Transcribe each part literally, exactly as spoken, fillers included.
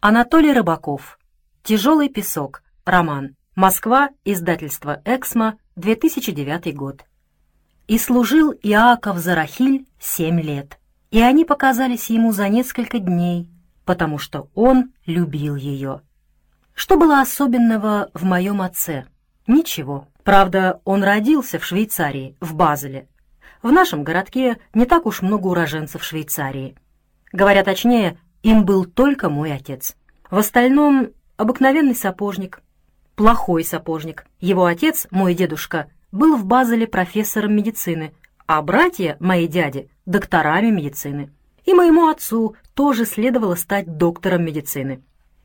Анатолий Рыбаков. «Тяжелый песок». Роман. Москва. Издательство «Эксмо». две тысячи девятый год. «И служил Иаков за Рахиль семь лет, и они показались ему за несколько дней, потому что он любил ее». Что было особенного в моем отце? Ничего. Правда, он родился в Швейцарии, в Базеле. В нашем городке не так уж много уроженцев Швейцарии. Говоря точнее, им был только мой отец. В остальном обыкновенный сапожник. Плохой сапожник. Его отец, мой дедушка, был в Базеле профессором медицины, а братья, мои дяди, докторами медицины. И моему отцу тоже следовало стать доктором медицины.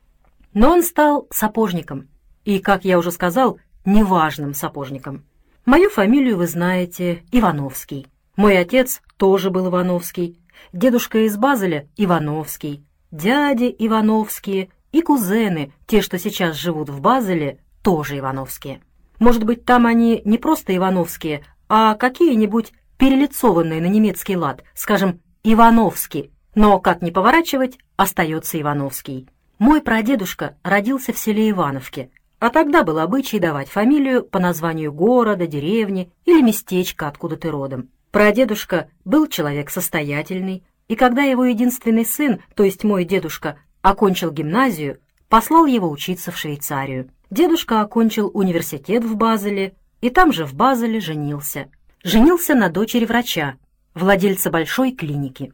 Но он стал сапожником. И, как я уже сказал, неважным сапожником. Мою фамилию вы знаете, Ивановский. Мой отец тоже был Ивановский. Дедушка из Базеля Ивановский. Дяди Ивановские и кузены, те, что сейчас живут в Базеле, тоже Ивановские. Может быть, там они не просто Ивановские, а какие-нибудь перелицованные на немецкий лад, скажем, Ивановский. Но, как ни поворачивать, остается Ивановский. Мой прадедушка родился в селе Ивановке, а тогда был обычай давать фамилию по названию города, деревни или местечка, откуда ты родом. Прадедушка был человек состоятельный, и когда его единственный сын, то есть мой дедушка, окончил гимназию, послал его учиться в Швейцарию. Дедушка окончил университет в Базеле, и там же в Базеле женился. Женился на дочери врача, владельца большой клиники.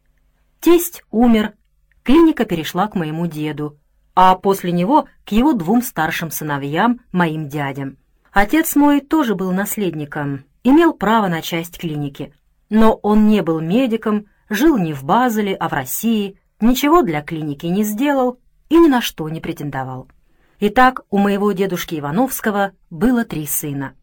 Тесть умер, клиника перешла к моему деду, а после него к его двум старшим сыновьям, моим дядям. Отец мой тоже был наследником, имел право на часть клиники, но он не был медиком, жил не в Базеле, а в России, ничего для клиники не сделал и ни на что не претендовал. Итак, у моего дедушки Ивановского было три сына.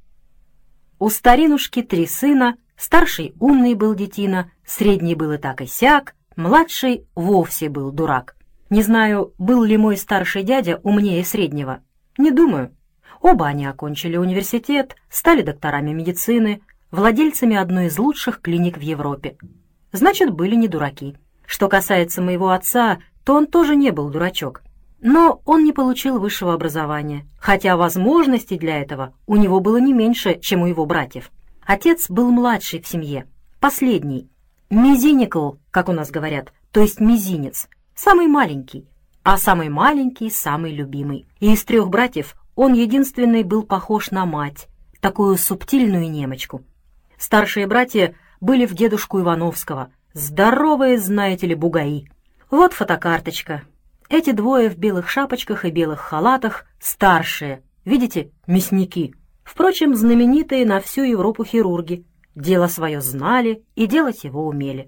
У старинушки три сына, старший умный был детина, средний был и так и сяк, младший вовсе был дурак. Не знаю, был ли мой старший дядя умнее среднего. Не думаю. Оба они окончили университет, стали докторами медицины, владельцами одной из лучших клиник в Европе. Значит, были не дураки. Что касается моего отца, то он тоже не был дурачок. Но он не получил высшего образования, хотя возможностей для этого у него было не меньше, чем у его братьев. Отец был младший в семье, последний. Мизиникл, как у нас говорят, то есть мизинец, самый маленький, а самый маленький — самый любимый. И из трех братьев он единственный был похож на мать, такую субтильную немочку. Старшие братья были в дедушку Ивановского, здоровые, знаете ли, бугаи. Вот фотокарточка. Эти двое в белых шапочках и белых халатах старшие, видите, мясники. Впрочем, знаменитые на всю Европу хирурги. Дело свое знали и делать его умели.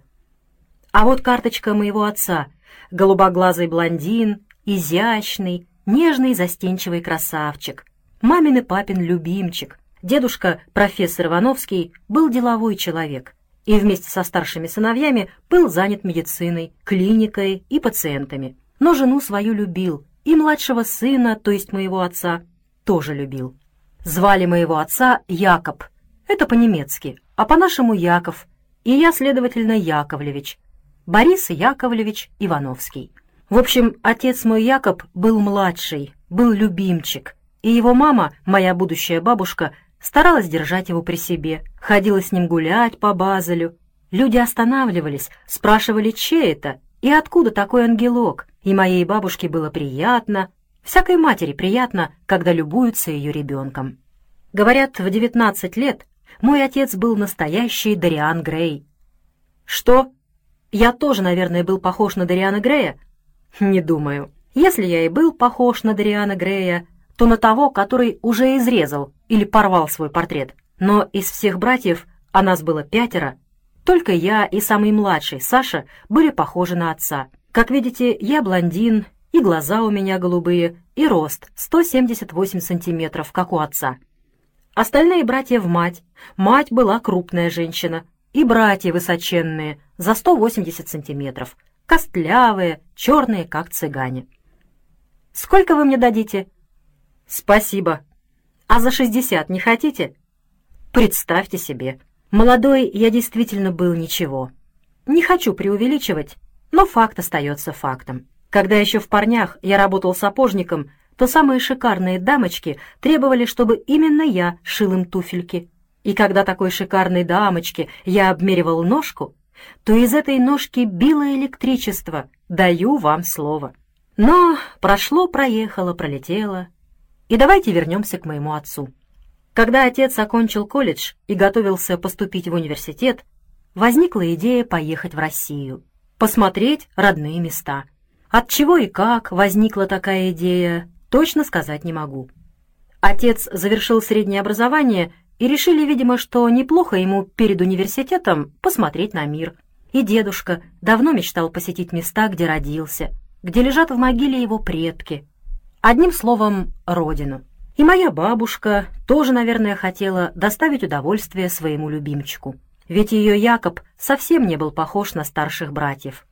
А вот карточка моего отца. Голубоглазый блондин, изящный, нежный застенчивый красавчик. Мамин и папин любимчик. Дедушка, профессор Ивановский, был деловой человек и вместе со старшими сыновьями был занят медициной, клиникой и пациентами. Но жену свою любил, и младшего сына, то есть моего отца, тоже любил. Звали моего отца Якоб, это по-немецки, а по-нашему Яков, и я, следовательно, Яковлевич, Борис Яковлевич Ивановский. В общем, отец мой Якоб был младший, был любимчик, и его мама, моя будущая бабушка, старалась держать его при себе, ходила с ним гулять по Базелю. Люди останавливались, спрашивали, чей это и откуда такой ангелок, и моей бабушке было приятно, всякой матери приятно, когда любуются ее ребенком. Говорят, в девятнадцать лет мой отец был настоящий Дориан Грей. Что? Я тоже, наверное, был похож на Дориана Грея? Не думаю. Если я и был похож на Дориана Грея, то на того, который уже изрезал или порвал свой портрет. Но из всех братьев, а нас было пятеро, только я и самый младший, Саша, были похожи на отца. Как видите, я блондин, и глаза у меня голубые, и рост сто семьдесят восемь сантиметров, как у отца. Остальные братья в мать. Мать была крупная женщина, и братья высоченные, за сто восемьдесят сантиметров, костлявые, черные, как цыгане. «Сколько вы мне дадите?» «Спасибо. А за шестьдесят не хотите?» Представьте себе. Молодой я действительно был ничего. Не хочу преувеличивать, но факт остается фактом. Когда еще в Парнях я работал сапожником, то самые шикарные дамочки требовали, чтобы именно я шил им туфельки. И когда такой шикарной дамочке я обмеривал ножку, то из этой ножки било электричество, даю вам слово. Но прошло, проехало, пролетело. И давайте вернемся к моему отцу. Когда отец окончил колледж и готовился поступить в университет, возникла идея поехать в Россию, посмотреть родные места. От чего и как возникла такая идея, точно сказать не могу. Отец завершил среднее образование, и решили, видимо, что неплохо ему перед университетом посмотреть на мир. И дедушка давно мечтал посетить места, где родился, где лежат в могиле его предки. Одним словом, родину. И моя бабушка тоже, наверное, хотела доставить удовольствие своему любимчику. Ведь ее Якоб совсем не был похож на старших братьев.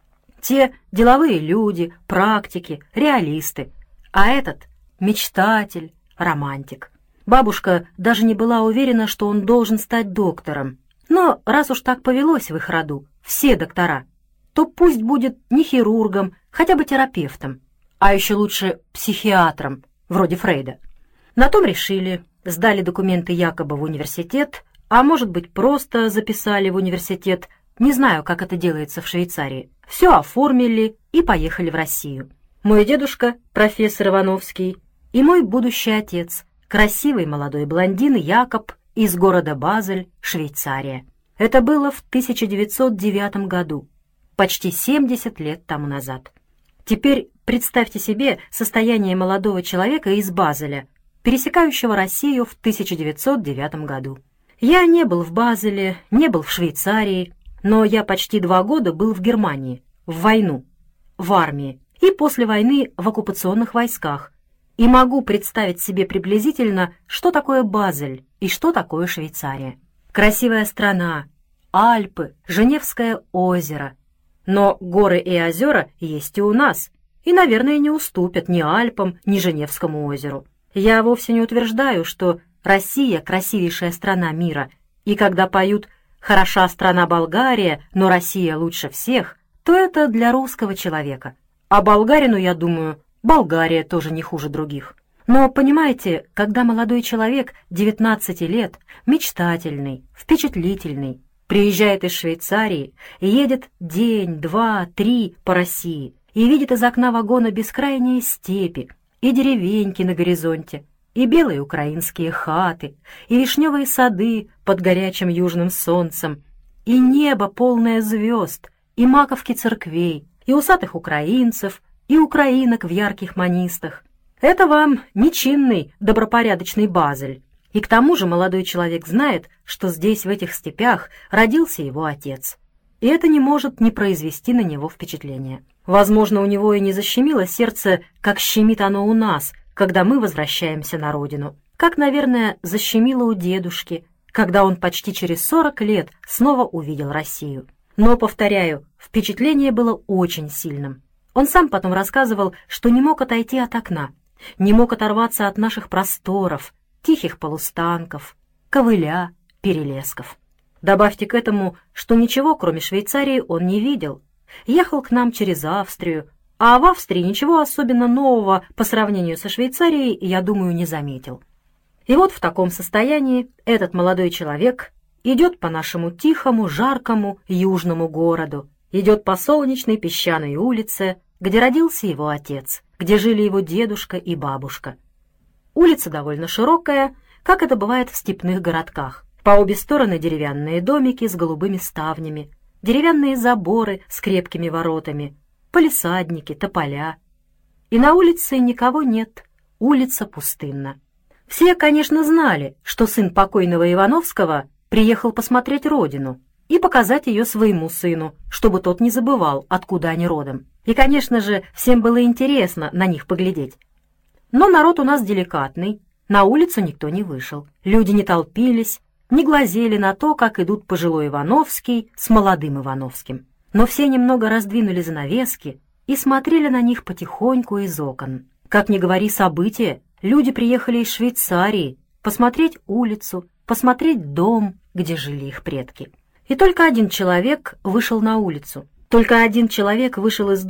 Те деловые люди, практики, реалисты, а этот мечтатель, романтик. Бабушка даже не была уверена, что он должен стать доктором. Но раз уж так повелось в их роду, все доктора, то пусть будет не хирургом, хотя бы терапевтом, а еще лучше психиатром, вроде Фрейда. На том решили, сдали документы Якоба в университет, а может быть просто записали в университет, не знаю, как это делается в Швейцарии. Все оформили и поехали в Россию. Мой дедушка, профессор Ивановский, и мой будущий отец, красивый молодой блондин Якоб из города Базель, Швейцария. Это было в тысяча девятьсот девятом году, почти семьдесят лет тому назад. Теперь представьте себе состояние молодого человека из Базеля, пересекающего Россию в тысяча девятьсот девятом году. Я не был в Базеле, не был в Швейцарии, но я почти два года был в Германии, в войну, в армии и после войны в оккупационных войсках, и могу представить себе приблизительно, что такое Базель и что такое Швейцария. Красивая страна, Альпы, Женевское озеро. Но горы и озера есть и у нас, и, наверное, не уступят ни Альпам, ни Женевскому озеру. Я вовсе не утверждаю, что Россия — красивейшая страна мира, и когда поют «Хороша страна Болгария, но Россия лучше всех», то это для русского человека. А болгарину, я думаю, Болгария тоже не хуже других. Но, понимаете, когда молодой человек, девятнадцати лет, мечтательный, впечатлительный, приезжает из Швейцарии и едет день, два, три по России и видит из окна вагона бескрайние степи и деревеньки на горизонте, и белые украинские хаты, и вишневые сады под горячим южным солнцем, и небо, полное звезд, и маковки церквей, и усатых украинцев, и украинок в ярких манистах. Это вам не чинный, добропорядочный Базель. И к тому же молодой человек знает, что здесь, в этих степях, родился его отец. И это не может не произвести на него впечатление. Возможно, у него и не защемило сердце, как щемит оно у нас, когда мы возвращаемся на родину. Как, наверное, защемило у дедушки, когда он почти через сорок лет снова увидел Россию. Но, повторяю, впечатление было очень сильным. Он сам потом рассказывал, что не мог отойти от окна, не мог оторваться от наших просторов, тихих полустанков, ковыля, перелесков. Добавьте к этому, что ничего, кроме Швейцарии, он не видел. Ехал к нам через Австрию, а в Австрии ничего особенно нового по сравнению со Швейцарией, я думаю, не заметил. И вот в таком состоянии этот молодой человек идет по нашему тихому, жаркому южному городу, идет по солнечной песчаной улице, где родился его отец, где жили его дедушка и бабушка. Улица довольно широкая, как это бывает в степных городках. По обе стороны деревянные домики с голубыми ставнями, деревянные заборы с крепкими воротами, палисадники, тополя. И на улице никого нет, улица пустынна. Все, конечно, знали, что сын покойного Ивановского приехал посмотреть родину и показать ее своему сыну, чтобы тот не забывал, откуда они родом. И, конечно же, всем было интересно на них поглядеть. Но народ у нас деликатный, на улицу никто не вышел. Люди не толпились, не глазели на то, как идут пожилой Ивановский с молодым Ивановским. Но все немного раздвинули занавески и смотрели на них потихоньку из окон. Как ни говори события, люди приехали из Швейцарии посмотреть улицу, посмотреть дом, где жили их предки. И только один человек вышел на улицу. Только один человек вышел из дома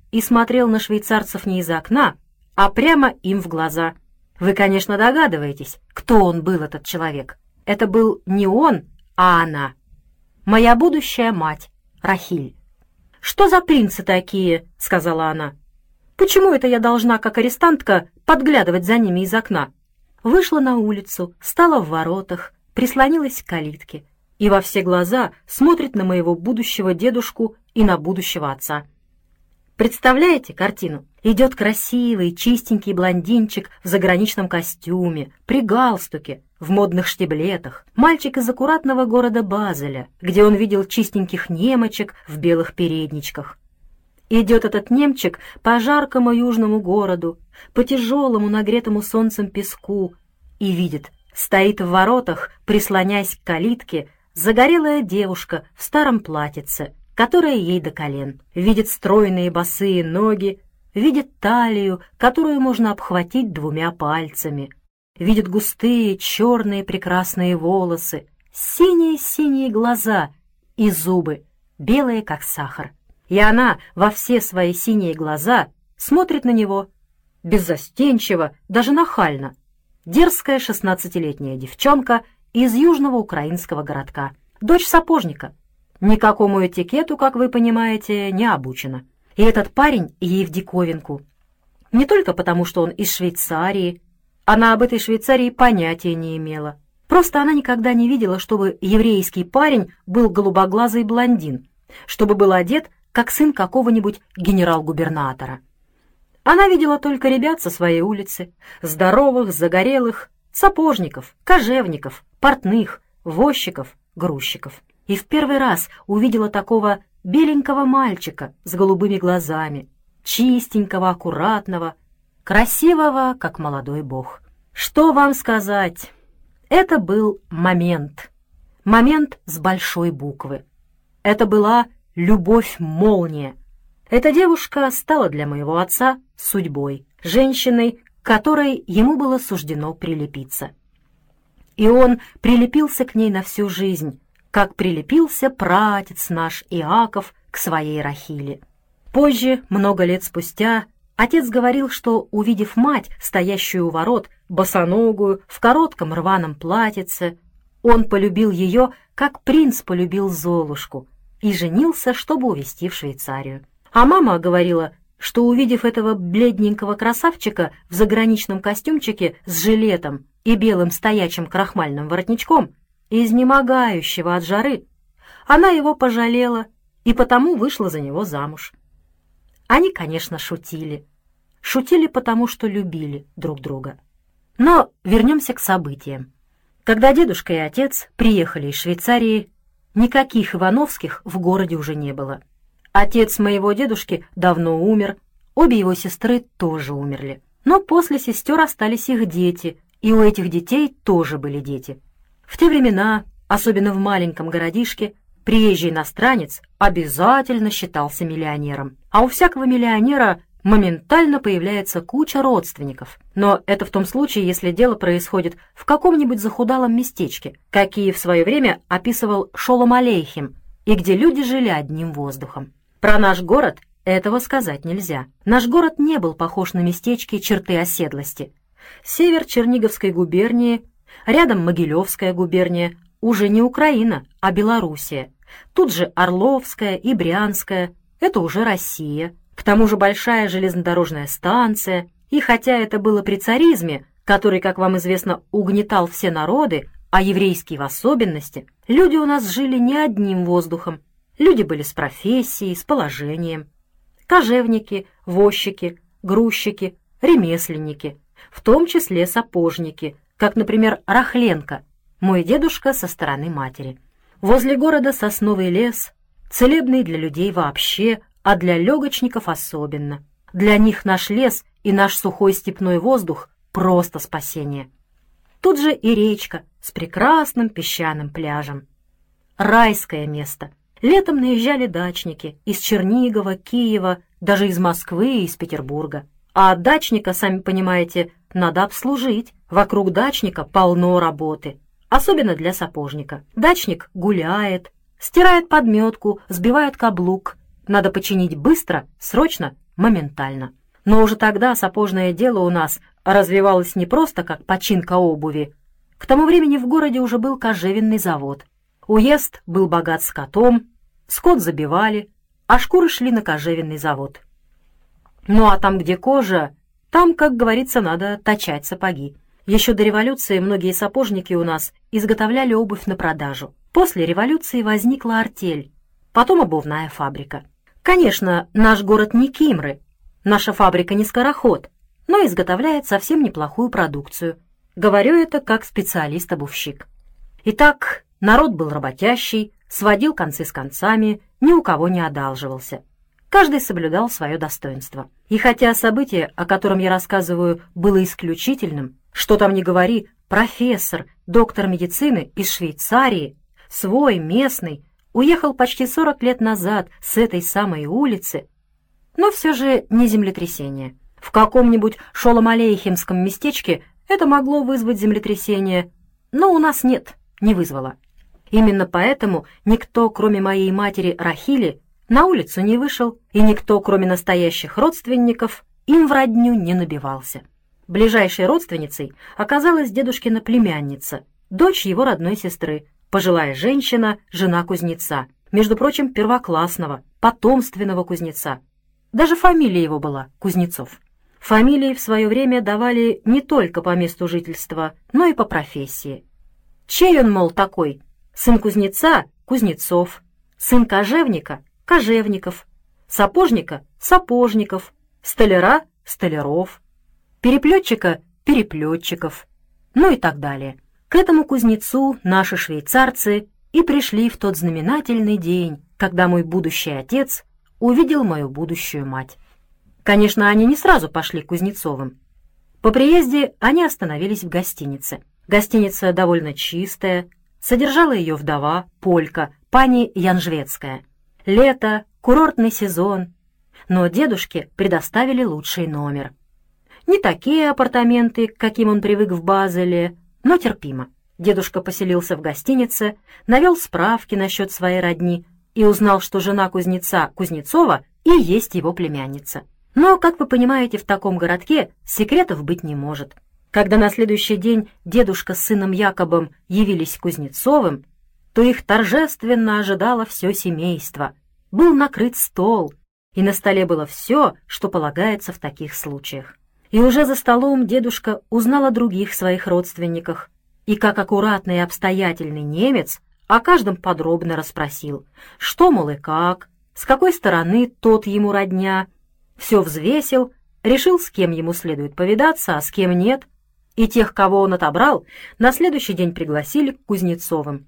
и смотрел на швейцарцев не из окна, а прямо им в глаза. Вы, конечно, догадываетесь, кто он был, этот человек. Это был не он, а она. Моя будущая мать, Рахиль. «Что за принцы такие?» — сказала она. «Почему это я должна, как арестантка, подглядывать за ними из окна?» Вышла на улицу, стала в воротах, прислонилась к калитке и во все глаза смотрит на моего будущего дедушку и на будущего отца. Представляете картину? Идет красивый, чистенький блондинчик в заграничном костюме, при галстуке, в модных штиблетах, мальчик из аккуратного города Базеля, где он видел чистеньких немочек в белых передничках. Идет этот немчик по жаркому южному городу, по тяжелому нагретому солнцем песку и видит, стоит в воротах, прислоняясь к калитке, загорелая девушка в старом платьице, которая ей до колен, видит стройные босые ноги, видит талию, которую можно обхватить двумя пальцами, видит густые черные прекрасные волосы, синие-синие глаза и зубы, белые как сахар. И она во все свои синие глаза смотрит на него, беззастенчиво, даже нахально. Дерзкая шестнадцатилетняя девчонка из южного украинского городка, дочь сапожника. Никакому этикету, как вы понимаете, не обучена. И этот парень ей в диковинку. Не только потому, что он из Швейцарии. Она об этой Швейцарии понятия не имела. Просто она никогда не видела, чтобы еврейский парень был голубоглазый блондин, чтобы был одет, как сын какого-нибудь генерал-губернатора. Она видела только ребят со своей улицы, здоровых, загорелых, сапожников, кожевников, портных, возчиков, грузчиков. И в первый раз увидела такого беленького мальчика с голубыми глазами, чистенького, аккуратного, красивого, как молодой бог. Что вам сказать? Это был момент. Момент с большой буквы. Это была любовь-молния. Эта девушка стала для моего отца судьбой, женщиной, к которой ему было суждено прилепиться. И он прилепился к ней на всю жизнь, как прилепился пратец наш Иаков к своей Рахиле. Позже, много лет спустя, отец говорил, что, увидев мать, стоящую у ворот, босоногую, в коротком рваном платьице, он полюбил ее, как принц полюбил Золушку, и женился, чтобы увезти в Швейцарию. А мама говорила, что, увидев этого бледненького красавчика в заграничном костюмчике с жилетом и белым стоячим крахмальным воротничком, изнемогающего от жары, она его пожалела и потому вышла за него замуж. Они, конечно, шутили. Шутили потому, что любили друг друга. Но вернемся к событиям. Когда дедушка и отец приехали из Швейцарии, никаких Ивановских в городе уже не было. Отец моего дедушки давно умер, обе его сестры тоже умерли. Но после сестер остались их дети, и у этих детей тоже были дети. В те времена, особенно в маленьком городишке, приезжий иностранец обязательно считался миллионером. А у всякого миллионера моментально появляется куча родственников. Но это в том случае, если дело происходит в каком-нибудь захудалом местечке, какие в свое время описывал Шолом Алейхем, и где люди жили одним воздухом. Про наш город этого сказать нельзя. Наш город не был похож на местечки черты оседлости. Север Черниговской губернии, рядом Могилевская губерния, уже не Украина, а Белоруссия. Тут же Орловская и Брянская, это уже Россия. К тому же большая железнодорожная станция. И хотя это было при царизме, который, как вам известно, угнетал все народы, а еврейские в особенности, люди у нас жили не одним воздухом. Люди были с профессией, с положением. Кожевники, возчики, грузчики, ремесленники, в том числе сапожники, как, например, Рахленко, мой дедушка со стороны матери. Возле города сосновый лес, целебный для людей вообще, а для легочников особенно. Для них наш лес и наш сухой степной воздух — просто спасение. Тут же и речка с прекрасным песчаным пляжем. Райское место. Летом наезжали дачники из Чернигова, Киева, даже из Москвы и из Петербурга. А дачника, сами понимаете, надо обслужить. Вокруг дачника полно работы, особенно для сапожника. Дачник гуляет, стирает подметку, сбивает каблук. Надо починить быстро, срочно, моментально. Но уже тогда сапожное дело у нас развивалось не просто как починка обуви. К тому времени в городе уже был кожевенный завод. Уезд был богат скотом, скот забивали, а шкуры шли на кожевенный завод. Ну а там, где кожа, там, как говорится, надо точать сапоги. Еще до революции многие сапожники у нас изготовляли обувь на продажу. После революции возникла артель, потом обувная фабрика. Конечно, наш город не Кимры, наша фабрика не скороход, но изготовляет совсем неплохую продукцию. Говорю это как специалист-обувщик. Итак, народ был работящий, сводил концы с концами, ни у кого не одалживался. Каждый соблюдал свое достоинство. И хотя событие, о котором я рассказываю, было исключительным, что там ни говори, профессор, доктор медицины из Швейцарии, свой, местный, уехал почти сорок лет назад с этой самой улицы, но все же не землетрясение. В каком-нибудь Шолом-Алейхемском местечке это могло вызвать землетрясение, но у нас нет, не вызвало. Именно поэтому никто, кроме моей матери Рахили, на улицу не вышел, и никто, кроме настоящих родственников, им в родню не набивался. Ближайшей родственницей оказалась дедушкина племянница, дочь его родной сестры, пожилая женщина, жена кузнеца, между прочим, первоклассного, потомственного кузнеца. Даже фамилия его была Кузнецов. Фамилии в свое время давали не только по месту жительства, но и по профессии. Чей он, мол, такой? Сын кузнеца — Кузнецов, сын кожевника — Кожевников, сапожника — Сапожников, столяра — Столяров, переплетчика — Переплетчиков, ну и так далее. К этому кузнецу наши швейцарцы и пришли в тот знаменательный день, когда мой будущий отец увидел мою будущую мать. Конечно, они не сразу пошли к Кузнецовым. По приезде они остановились в гостинице. Гостиница довольно чистая, содержала ее вдова, полька, пани Янжвецкая. Лето, курортный сезон, но дедушке предоставили лучший номер. Не такие апартаменты, к каким он привык в Базеле, но терпимо. Дедушка поселился в гостинице, навел справки насчет своей родни и узнал, что жена кузнеца Кузнецова и есть его племянница. Но, как вы понимаете, в таком городке секретов быть не может. Когда на следующий день дедушка с сыном Якобом явились к Кузнецовым, то их торжественно ожидало все семейство. Был накрыт стол, и на столе было все, что полагается в таких случаях. И уже за столом дедушка узнал о других своих родственниках, и как аккуратный и обстоятельный немец о каждом подробно расспросил, что, мол, и как, с какой стороны тот ему родня, все взвесил, решил, с кем ему следует повидаться, а с кем нет, и тех, кого он отобрал, на следующий день пригласили к Кузнецовым.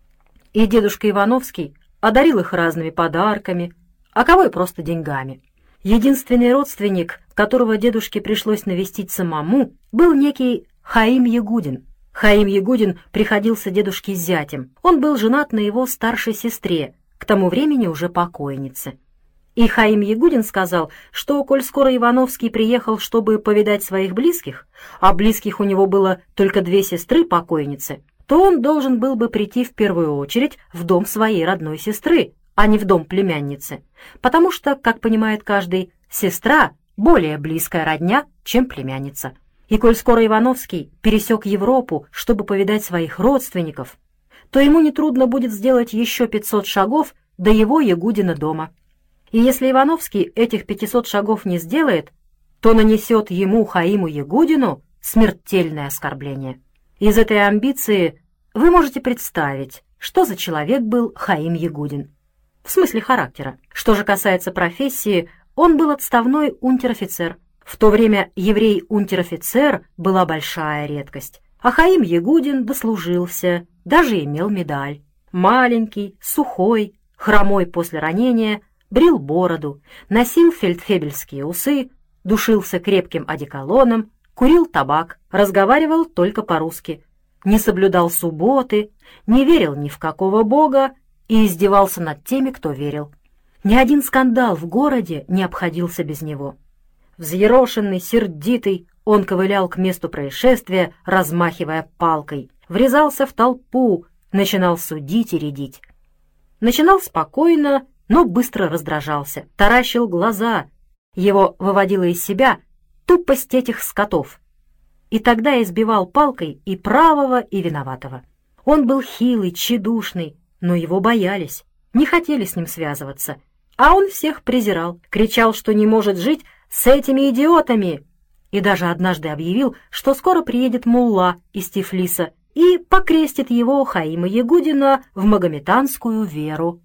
И дедушка Ивановский одарил их разными подарками, а кого и просто деньгами. Единственный родственник, которого дедушке пришлось навестить самому, был некий Хаим Ягудин. Хаим Ягудин приходился дедушке зятем. Он был женат на его старшей сестре, к тому времени уже покойнице. И Хаим Ягудин сказал, что, коль скоро Ивановский приехал, чтобы повидать своих близких, а близких у него было только две сестры-покойницы, то он должен был бы прийти в первую очередь в дом своей родной сестры, а не в дом племянницы, потому что, как понимает каждый, сестра более близкая родня, чем племянница. И коль скоро Ивановский пересек Европу, чтобы повидать своих родственников, то ему нетрудно будет сделать еще пятьсот шагов до его Ягудина дома. И если Ивановский этих пятисот шагов не сделает, то нанесет ему, Хаиму Ягудину, смертельное оскорбление. Из этой амбиции вы можете представить, что за человек был Хаим Ягудин. В смысле характера. Что же касается профессии, он был отставной унтер-офицер. В то время еврей-унтер-офицер была большая редкость. А Хаим Ягудин дослужился, даже имел медаль. Маленький, сухой, хромой после ранения, брил бороду, носил фельдфебельские усы, душился крепким одеколоном, курил табак, разговаривал только по-русски, не соблюдал субботы, не верил ни в какого бога и издевался над теми, кто верил. Ни один скандал в городе не обходился без него. Взъерошенный, сердитый, он ковылял к месту происшествия, размахивая палкой, врезался в толпу, начинал судить и рядить. Начинал спокойно, но быстро раздражался, таращил глаза, Его выводило из себя тупость этих скотов. И тогда избивал палкой и правого, и виноватого. Он был хилый, тщедушный, но его боялись, не хотели с ним связываться. А он всех презирал, кричал, что не может жить с этими идиотами. И даже однажды объявил, что скоро приедет мулла из Тифлиса и покрестит его, Хаима Ягудина, в магометанскую веру.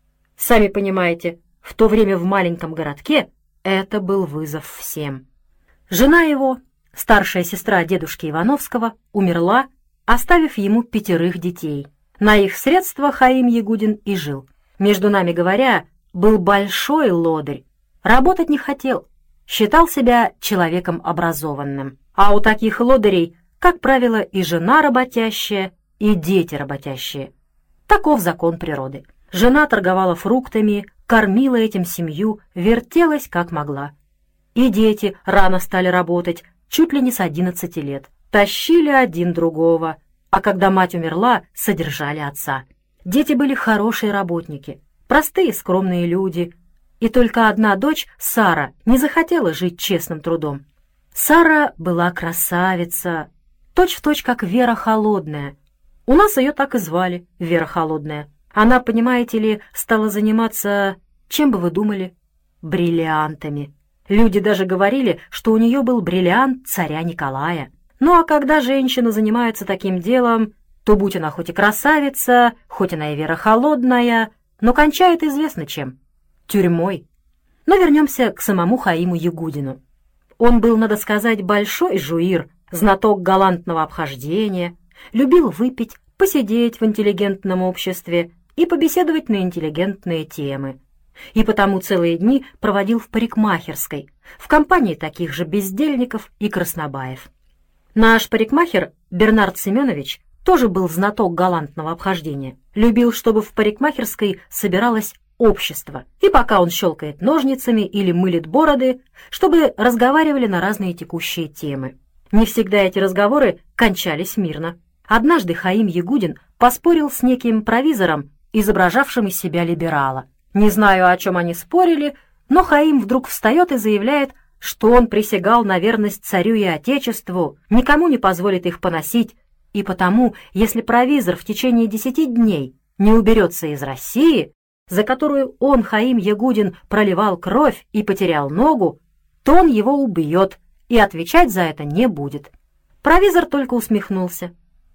Сами понимаете, в то время в маленьком городке это был вызов всем. Жена его, старшая сестра дедушки Ивановского, умерла, оставив ему пятерых детей. На их средства Хаим Ягудин и жил. Между нами говоря, был большой лодырь, работать не хотел, считал себя человеком образованным. А у таких лодырей, как правило, и жена работящая, и дети работящие. Таков закон природы. Жена торговала фруктами, кормила этим семью, вертелась как могла. И дети рано стали работать, чуть ли не с одиннадцати лет. Тащили один другого, а когда мать умерла, содержали отца. Дети были хорошие работники, простые скромные люди. И только одна дочь, Сара, не захотела жить честным трудом. Сара была красавица, точь-в-точь как Вера Холодная. У нас ее так и звали, Вера Холодная. Она, понимаете ли, стала заниматься, чем бы вы думали, бриллиантами. Люди даже говорили, что у нее был бриллиант царя Николая. Ну а когда женщина занимается таким делом, то будь она хоть и красавица, хоть она и Вера Холодная, но кончает известно чем — тюрьмой. Но вернемся к самому Хаиму Ягудину. Он был, надо сказать, большой жуир, знаток галантного обхождения, любил выпить, посидеть в интеллигентном обществе и побеседовать на интеллигентные темы. И потому целые дни проводил в парикмахерской, в компании таких же бездельников и краснобаев. Наш парикмахер Бернард Семенович тоже был знаток галантного обхождения, любил, чтобы в парикмахерской собиралось общество, и пока он щелкает ножницами или мылит бороды, чтобы разговаривали на разные текущие темы. Не всегда эти разговоры кончались мирно. Однажды Хаим Ягудин поспорил с неким провизором, изображавшим из себя либерала. Не знаю, о чем они спорили, но Хаим вдруг встает и заявляет, что он присягал на верность царю и отечеству, никому не позволит их поносить, и потому, если провизор в течение десяти дней не уберется из России, за которую он, Хаим Ягудин, проливал кровь и потерял ногу, то он его убьет и отвечать за это не будет. Провизор только усмехнулся.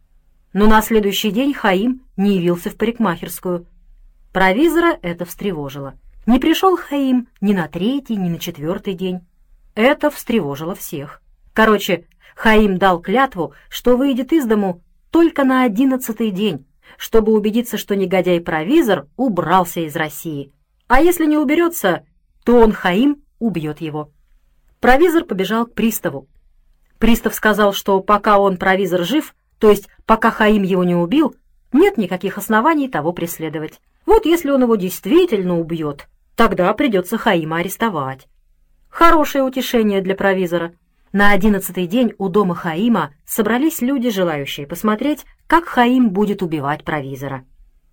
Но на следующий день Хаим не явился в парикмахерскую. Провизора это встревожило. Не пришел Хаим ни на третий, ни на четвертый день. Это встревожило всех. Короче, Хаим дал клятву, что выйдет из дому только на одиннадцатый день, чтобы убедиться, что негодяй-провизор убрался из России. А если не уберется, то он, Хаим, убьет его. Провизор побежал к приставу. Пристав сказал, что пока он, провизор, жив, то есть пока Хаим его не убил, нет никаких оснований того преследовать. Вот если он его действительно убьет, тогда придется Хаима арестовать. Хорошее утешение для провизора. На одиннадцатый день у дома Хаима собрались люди, желающие посмотреть, как Хаим будет убивать провизора.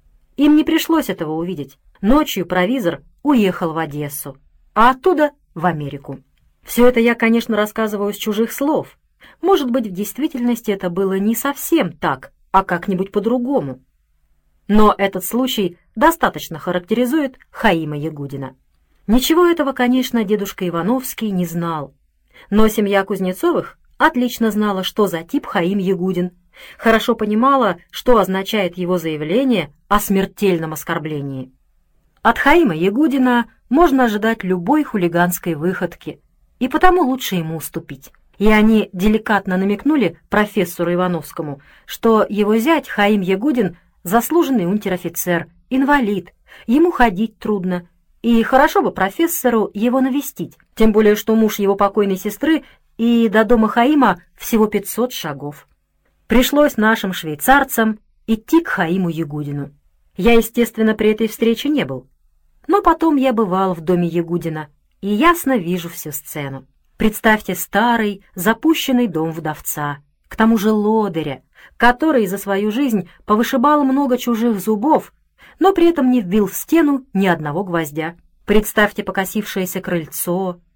Им не пришлось этого увидеть. Ночью провизор уехал в Одессу, а оттуда в Америку. Все это я, конечно, рассказываю с чужих слов. Может быть, в действительности это было не совсем так, а как-нибудь по-другому. Но этот случай достаточно характеризует Хаима Ягудина. Ничего этого, конечно, дедушка Ивановский не знал. Но семья Кузнецовых отлично знала, что за тип Хаим Ягудин, хорошо понимала, что означает его заявление о смертельном оскорблении. От Хаима Ягудина можно ожидать любой хулиганской выходки, и потому лучше ему уступить. И они деликатно намекнули профессору Ивановскому, что его зять Хаим Ягудин заслуженный унтер-офицер, инвалид, ему ходить трудно, и хорошо бы профессору его навестить, тем более что муж его покойной сестры и до дома Хаима всего пятьсот шагов. Пришлось нашим швейцарцам идти к Хаиму Ягудину. Я, естественно, при этой встрече не был, но потом я бывал в доме Ягудина и ясно вижу всю сцену. Представьте старый, запущенный дом вдовца, к тому же лодыря, который за свою жизнь повышибал много чужих зубов, но при этом не вбил в стену ни одного гвоздя. Представьте покосившееся крыльцо,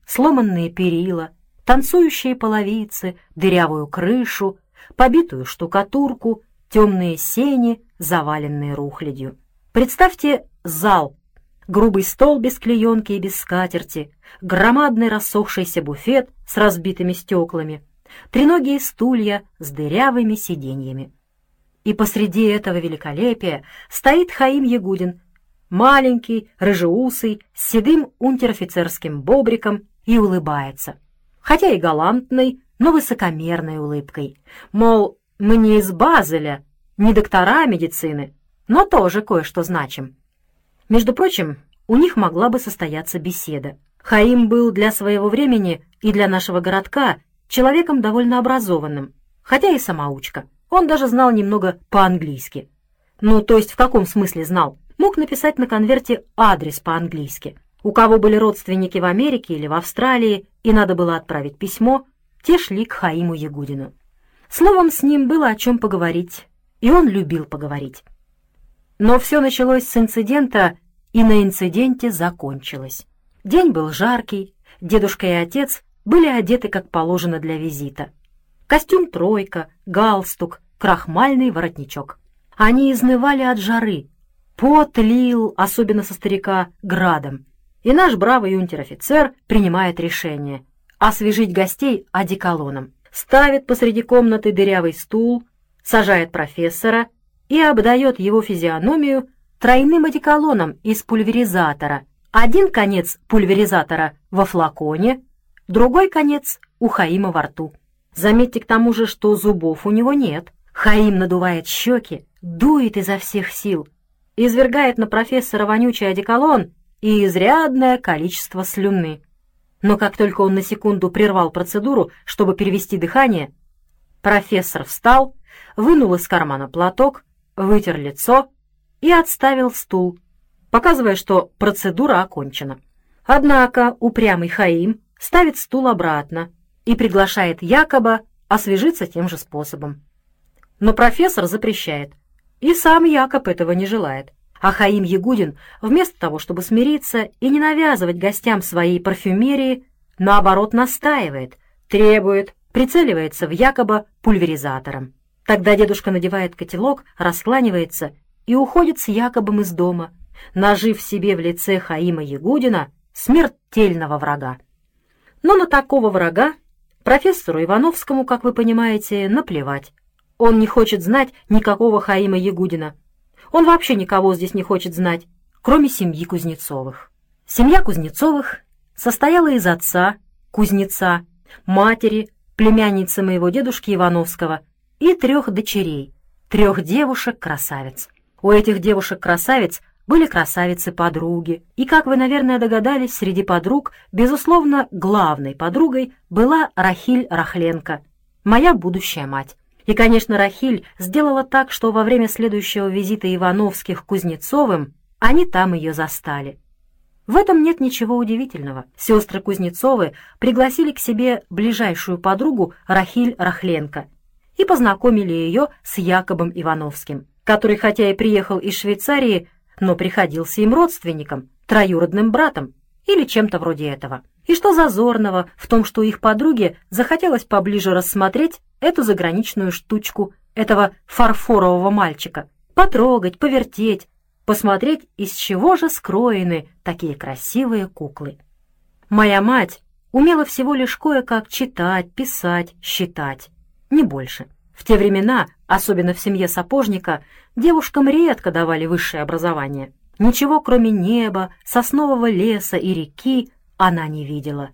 сломанные перила, танцующие половицы, дырявую крышу, побитую штукатурку, темные сени, заваленные рухлядью. Представьте зал, грубый стол без клеенки и без скатерти, громадный рассохшийся буфет с разбитыми стеклами, треногие стулья с дырявыми сиденьями. И посреди этого великолепия стоит Хаим Ягудин, маленький, рыжеусый, с седым унтер-офицерским бобриком, и улыбается, хотя и галантной, но высокомерной улыбкой. Мол, мы не из Базеля, не доктора медицины, но тоже кое-что значим. Между прочим, у них могла бы состояться беседа. Хаим был для своего времени и для нашего городка человеком довольно образованным, хотя и самоучка. Он даже знал немного по-английски. Ну, то есть в каком смысле знал? Мог написать на конверте адрес по-английски. У кого были родственники в Америке или в Австралии, и надо было отправить письмо, те шли к Хаиму Ягудину. Словом, с ним было о чем поговорить, и он любил поговорить. Но все началось с инцидента, и на инциденте закончилось. День был жаркий, дедушка и отец были одеты как положено для визита. Костюм тройка, галстук, крахмальный воротничок. Они изнывали от жары, пот лил, особенно со старика, градом. И наш бравый унтер-офицер принимает решение освежить гостей одеколоном. Ставит посреди комнаты дырявый стул, сажает профессора и обдает его физиономию тройным одеколоном из пульверизатора. Один конец пульверизатора во флаконе, другой конец у Хаима во рту. Заметьте к тому же, что зубов у него нет. Хаим надувает щеки, дует изо всех сил, извергает на профессора вонючий одеколон и изрядное количество слюны. Но как только он на секунду прервал процедуру, чтобы перевести дыхание, профессор встал, вынул из кармана платок, вытер лицо и отставил стул, показывая, что процедура окончена. Однако упрямый Хаим ставит стул обратно и приглашает Якоба освежиться тем же способом. Но профессор запрещает, и сам Якоб этого не желает. А Хаим Ягудин, вместо того, чтобы смириться и не навязывать гостям своей парфюмерии, наоборот настаивает, требует, прицеливается в Якоба пульверизатором. Тогда дедушка надевает котелок, раскланивается и уходит с Якобом из дома, нажив себе в лице Хаима Ягудина смертельного врага. Но на такого врага профессору Ивановскому, как вы понимаете, наплевать. Он не хочет знать никакого Хаима Ягудина. Он вообще никого здесь не хочет знать, кроме семьи Кузнецовых. Семья Кузнецовых состояла из отца, кузнеца, матери, племянницы моего дедушки Ивановского и трех дочерей, трех девушек-красавиц. У этих девушек-красавиц были красавицы-подруги, и, как вы, наверное, догадались, среди подруг, безусловно, главной подругой была Рахиль Рахленко, моя будущая мать. И, конечно, Рахиль сделала так, что во время следующего визита Ивановских к Кузнецовым они там ее застали. В этом нет ничего удивительного. Сестры Кузнецовы пригласили к себе ближайшую подругу Рахиль Рахленко и познакомили ее с Якобом Ивановским, который, хотя и приехал из Швейцарии, но приходился им родственником, троюродным братом или чем-то вроде этого. И что зазорного в том, что их подруге захотелось поближе рассмотреть эту заграничную штучку, этого фарфорового мальчика, потрогать, повертеть, посмотреть, из чего же скроены такие красивые куклы. Моя мать умела всего лишь кое-как читать, писать, считать, не больше. В те времена, особенно в семье сапожника, девушкам редко давали высшее образование. Ничего, кроме неба, соснового леса и реки, она не видела.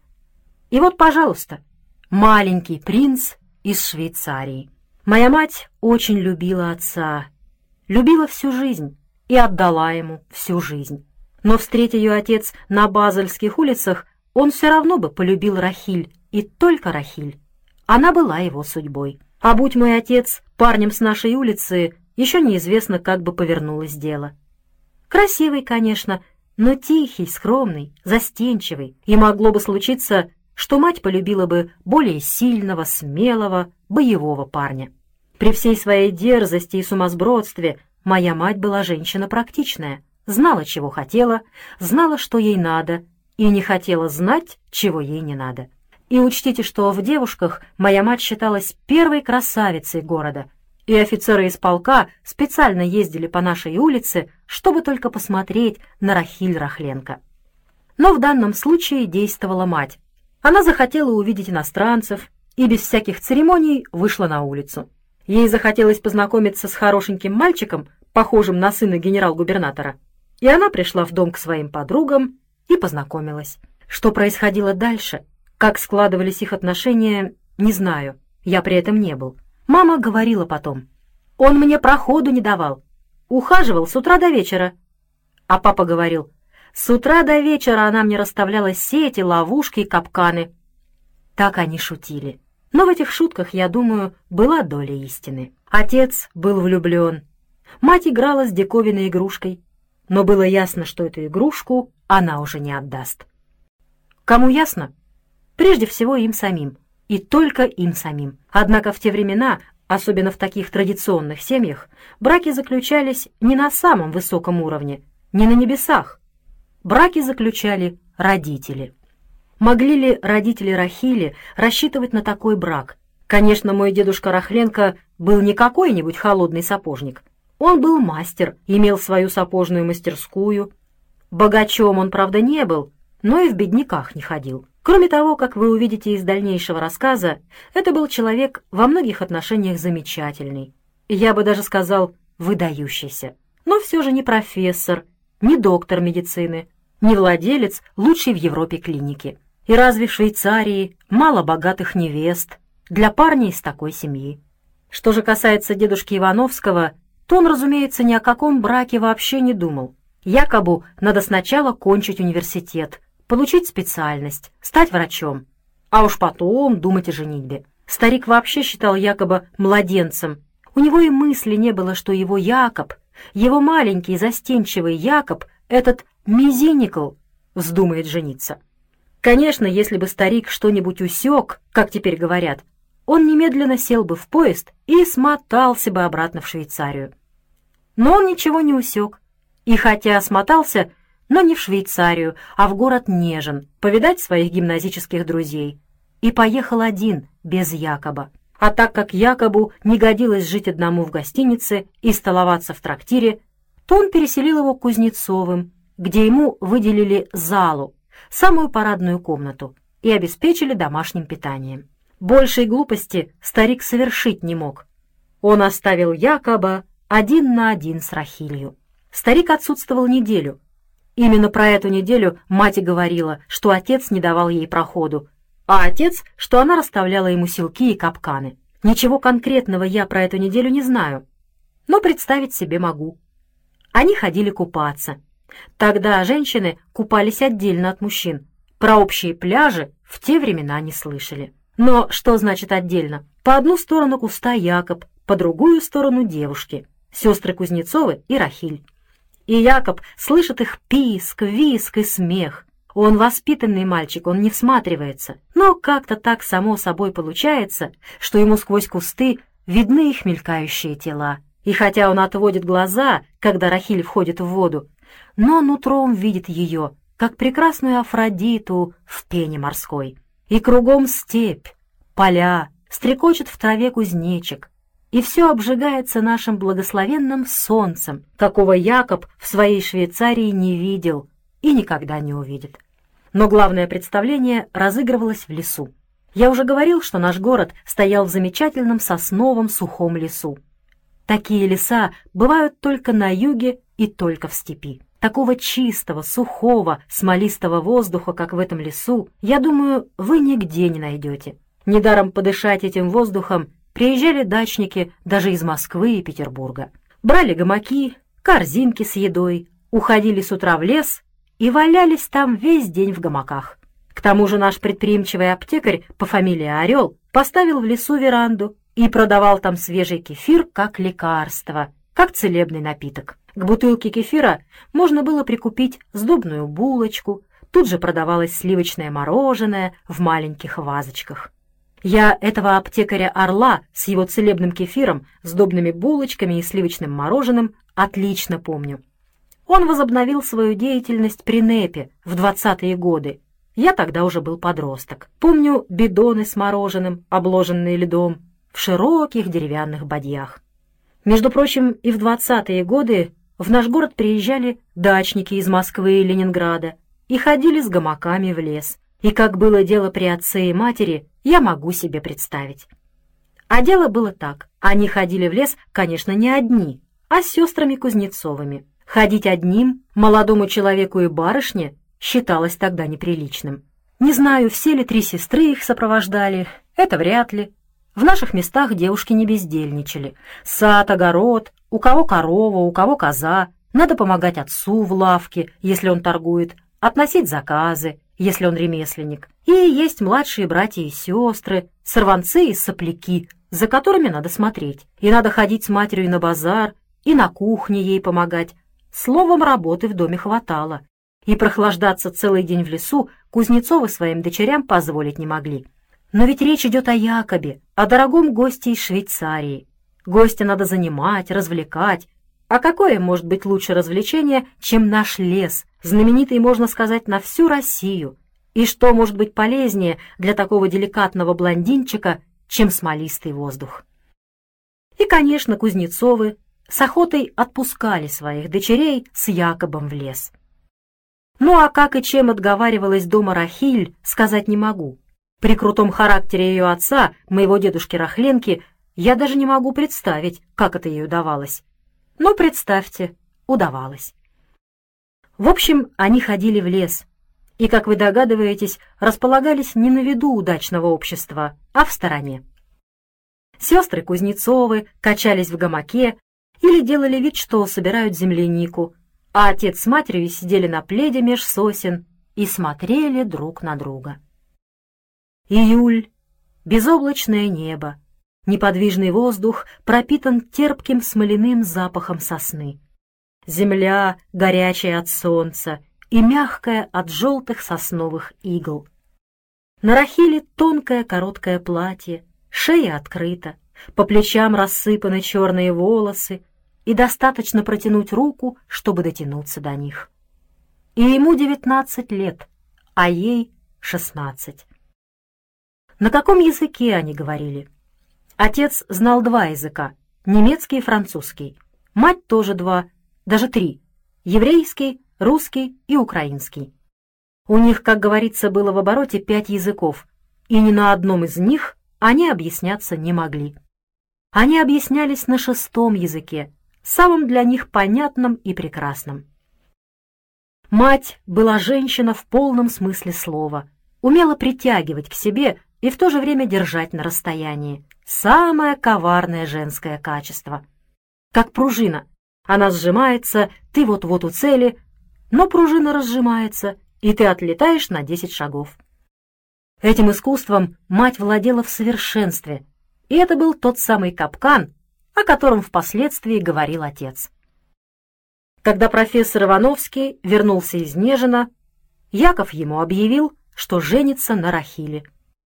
И вот, пожалуйста, маленький принц из Швейцарии. Моя мать очень любила отца, любила всю жизнь и отдала ему всю жизнь. Но встреть ее отец на Базельских улицах, он все равно бы полюбил Рахиль, и только Рахиль. Она была его судьбой. А будь мой отец парнем с нашей улицы, еще неизвестно, как бы повернулось дело. Красивый, конечно, но тихий, скромный, застенчивый, и могло бы случиться, что мать полюбила бы более сильного, смелого, боевого парня. При всей своей дерзости и сумасбродстве моя мать была женщина практичная, знала, чего хотела, знала, что ей надо, и не хотела знать, чего ей не надо. И учтите, что в девушках моя мать считалась первой красавицей города, и офицеры из полка специально ездили по нашей улице, чтобы только посмотреть на Рахиль Рахленко. Но в данном случае действовала мать. Она захотела увидеть иностранцев и без всяких церемоний вышла на улицу. Ей захотелось познакомиться с хорошеньким мальчиком, похожим на сына генерал-губернатора, и она пришла в дом к своим подругам и познакомилась. Что происходило дальше, как складывались их отношения, не знаю, я при этом не был. Мама говорила потом: «Он мне проходу не давал, ухаживал с утра до вечера». А папа говорил: «С утра до вечера она мне расставляла сети, ловушки и капканы». Так они шутили. Но в этих шутках, я думаю, была доля истины. Отец был влюблен. Мать играла с диковинной игрушкой, но было ясно, что эту игрушку она уже не отдаст. Кому ясно? Прежде всего им самим, и только им самим. Однако в те времена, особенно в таких традиционных семьях, браки заключались не на самом высоком уровне, не на небесах. Браки заключали родители. Могли ли родители Рахили рассчитывать на такой брак? Конечно, мой дедушка Рахленко был не какой-нибудь холодный сапожник. Он был мастер, имел свою сапожную мастерскую. Богачом он, правда, не был, но и в бедняках не ходил. Кроме того, как вы увидите из дальнейшего рассказа, это был человек во многих отношениях замечательный. Я бы даже сказал, выдающийся. Но все же не профессор, не доктор медицины, не владелец лучшей в Европе клиники. И разве в Швейцарии мало богатых невест для парня из такой семьи? Что же касается дедушки Ивановского, то он, разумеется, ни о каком браке вообще не думал. Якобы надо сначала кончить университет, получить специальность, стать врачом, а уж потом думать о женитьбе. Старик вообще считал Якоба младенцем. У него и мысли не было, что его Якоб, его маленький застенчивый Якоб, этот мизиникл, вздумает жениться. Конечно, если бы старик что-нибудь усек, как теперь говорят, он немедленно сел бы в поезд и смотался бы обратно в Швейцарию. Но он ничего не усек, и хотя смотался, но не в Швейцарию, а в город Нежин, повидать своих гимназических друзей. И поехал один, без Якоба. А так как Якобу не годилось жить одному в гостинице и столоваться в трактире, то он переселил его к Кузнецовым, где ему выделили залу, самую парадную комнату, и обеспечили домашним питанием. Большей глупости старик совершить не мог. Он оставил Якоба один на один с Рахилью. Старик отсутствовал неделю. Именно про эту неделю мать и говорила, что отец не давал ей проходу, а отец, что она расставляла ему силки и капканы. Ничего конкретного я про эту неделю не знаю, но представить себе могу. Они ходили купаться. Тогда женщины купались отдельно от мужчин. Про общие пляжи в те времена не слышали. Но что значит отдельно? По одну сторону куста Якоб, по другую сторону девушки, сестры Кузнецовы и Рахиль. И Якоб слышит их писк, виск и смех. Он воспитанный мальчик, он не всматривается, но как-то так само собой получается, что ему сквозь кусты видны их мелькающие тела. И хотя он отводит глаза, когда Рахиль входит в воду, но нутром видит ее, как прекрасную Афродиту в пене морской. И кругом степь, поля, стрекочет в траве кузнечик, и все обжигается нашим благословенным солнцем, какого Якоб в своей Швейцарии не видел и никогда не увидит. Но главное представление разыгрывалось в лесу. Я уже говорил, что наш город стоял в замечательном сосновом сухом лесу. Такие леса бывают только на юге и только в степи. Такого чистого, сухого, смолистого воздуха, как в этом лесу, я думаю, вы нигде не найдете. Недаром подышать этим воздухом приезжали дачники даже из Москвы и Петербурга. Брали гамаки, корзинки с едой, уходили с утра в лес и валялись там весь день в гамаках. К тому же наш предприимчивый аптекарь по фамилии Орел поставил в лесу веранду и продавал там свежий кефир как лекарство, как целебный напиток. К бутылке кефира можно было прикупить сдобную булочку, тут же продавалось сливочное мороженое в маленьких вазочках. Я этого аптекаря Орла с его целебным кефиром, сдобными булочками и сливочным мороженым отлично помню. Он возобновил свою деятельность при НЭПе в двадцатые годы. Я тогда уже был подросток. Помню бидоны с мороженым, обложенные льдом, в широких деревянных бадьях. Между прочим, и в двадцатые годы в наш город приезжали дачники из Москвы и Ленинграда и ходили с гамаками в лес. И как было дело при отце и матери, я могу себе представить. А дело было так. Они ходили в лес, конечно, не одни, а с сестрами Кузнецовыми. Ходить одним, молодому человеку и барышне, считалось тогда неприличным. Не знаю, все ли три сестры их сопровождали, это вряд ли. В наших местах девушки не бездельничали. Сад, огород, у кого корова, у кого коза. Надо помогать отцу в лавке, если он торгует, относить заказы, если он ремесленник. И есть младшие братья и сестры, сорванцы и сопляки, за которыми надо смотреть. И надо ходить с матерью на базар, и на кухне ей помогать. Словом, работы в доме хватало. И прохлаждаться целый день в лесу Кузнецовы своим дочерям позволить не могли. Но ведь речь идет о Якобе, о дорогом госте из Швейцарии. Гостя надо занимать, развлекать. А какое может быть лучше развлечение, чем наш лес, знаменитый, можно сказать, на всю Россию? И что может быть полезнее для такого деликатного блондинчика, чем смолистый воздух? И, конечно, Кузнецовы с охотой отпускали своих дочерей с Якобом в лес. Ну а как и чем отговаривалась дома Рахиль, сказать не могу. При крутом характере ее отца, моего дедушки Рахленки, я даже не могу представить, как это ей удавалось. Но представьте, удавалось. В общем, они ходили в лес, и, как вы догадываетесь, располагались не на виду удачного общества, а в стороне. Сестры Кузнецовы качались в гамаке или делали вид, что собирают землянику, а отец с матерью сидели на пледе меж сосен и смотрели друг на друга. Июль, безоблачное небо, неподвижный воздух пропитан терпким смоляным запахом сосны. Земля горячая от солнца и мягкая от желтых сосновых игл. На Рахиле тонкое короткое платье, шея открыта, по плечам рассыпаны черные волосы, и достаточно протянуть руку, чтобы дотянуться до них. И ему девятнадцать лет, а ей шестнадцать. На каком языке они говорили? Отец знал два языка — немецкий и французский. Мать тоже два, даже три — еврейский, русский и украинский. У них, как говорится, было в обороте пять языков, и ни на одном из них они объясняться не могли. Они объяснялись на шестом языке, самым для них понятным и прекрасным. Мать была женщина в полном смысле слова, умела притягивать к себе и в то же время держать на расстоянии. Самое коварное женское качество. Как пружина. Она сжимается, ты вот-вот у цели, но пружина разжимается, и ты отлетаешь на десять шагов. Этим искусством мать владела в совершенстве, и это был тот самый капкан, о котором впоследствии говорил отец. Когда профессор Ивановский вернулся из Нежина, Яков ему объявил, что женится на Рахиле.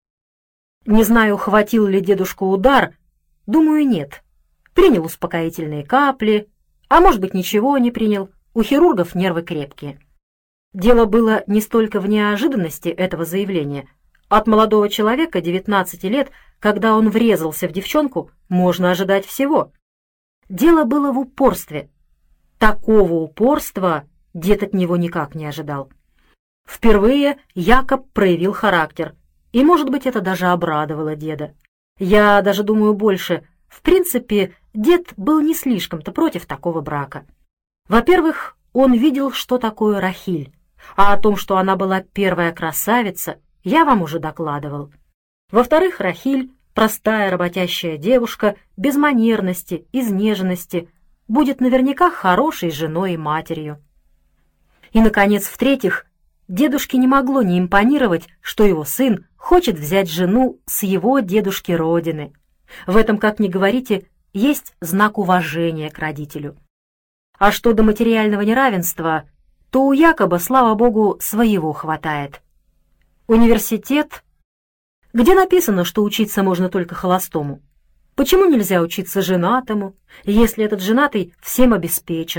Не знаю, хватил ли дедушку удар, думаю, нет. Принял успокоительные капли, а может быть, ничего не принял, у хирургов нервы крепкие. Дело было не столько в неожиданности этого заявления. От молодого человека девятнадцати лет, когда он врезался в девчонку, можно ожидать всего. Дело было в упорстве. Такого упорства дед от него никак не ожидал. Впервые Якоб проявил характер, и, может быть, это даже обрадовало деда. Я даже думаю больше. В принципе, дед был не слишком-то против такого брака. Во-первых, он видел, что такое Рахиль, а о том, что она была первая красавица, я вам уже докладывал. Во-вторых, Рахиль, простая работящая девушка, без манерности, изнеженности, будет наверняка хорошей женой и матерью. И, наконец, в-третьих, дедушке не могло не импонировать, что его сын хочет взять жену с его дедушки родины. В этом, как ни говорите, есть знак уважения к родителю. А что до материального неравенства, то у Якоба, слава богу, своего хватает. Университет, где написано, что учиться можно только холостому. Почему нельзя учиться женатому, если этот женатый всем обеспечен?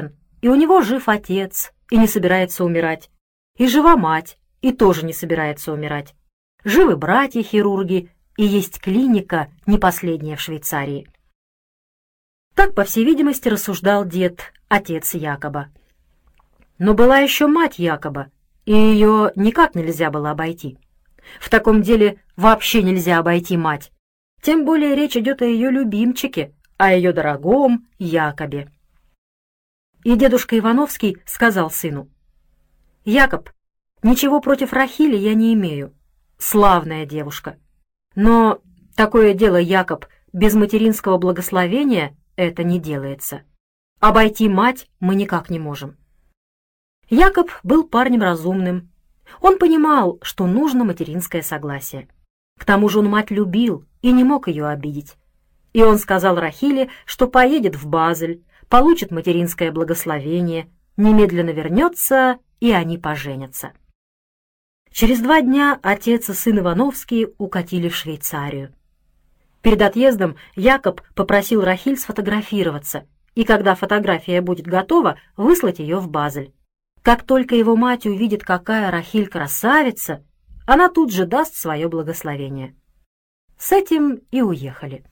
и у него жив отец, и не собирается умирать, и жива мать, и тоже не собирается умирать. Живы братья-хирурги, и есть клиника, не последняя в Швейцарии. Так, по всей видимости, рассуждал дед, отец Якоба. Но была еще мать Якоба, и ее никак нельзя было обойти. В таком деле вообще нельзя обойти мать. Тем более речь идет о ее любимчике, о ее дорогом Якобе. И дедушка Ивановский сказал сыну: «Якоб, ничего против Рахили я не имею. Славная девушка. Но такое дело, Якоб, без материнского благословения это не делается. Обойти мать мы никак не можем». Якоб был парнем разумным. Он понимал, что нужно материнское согласие. К тому же он мать любил и не мог ее обидеть. И он сказал Рахиле, что поедет в Базель, получит материнское благословение, немедленно вернется, и они поженятся. Через два дня отец и сын Ивановские укатили в Швейцарию. Перед отъездом Якоб попросил Рахиль сфотографироваться, и когда фотография будет готова, выслать ее в Базель. Как только его мать увидит, какая Рахиль красавица, она тут же даст свое благословение. С этим и уехали.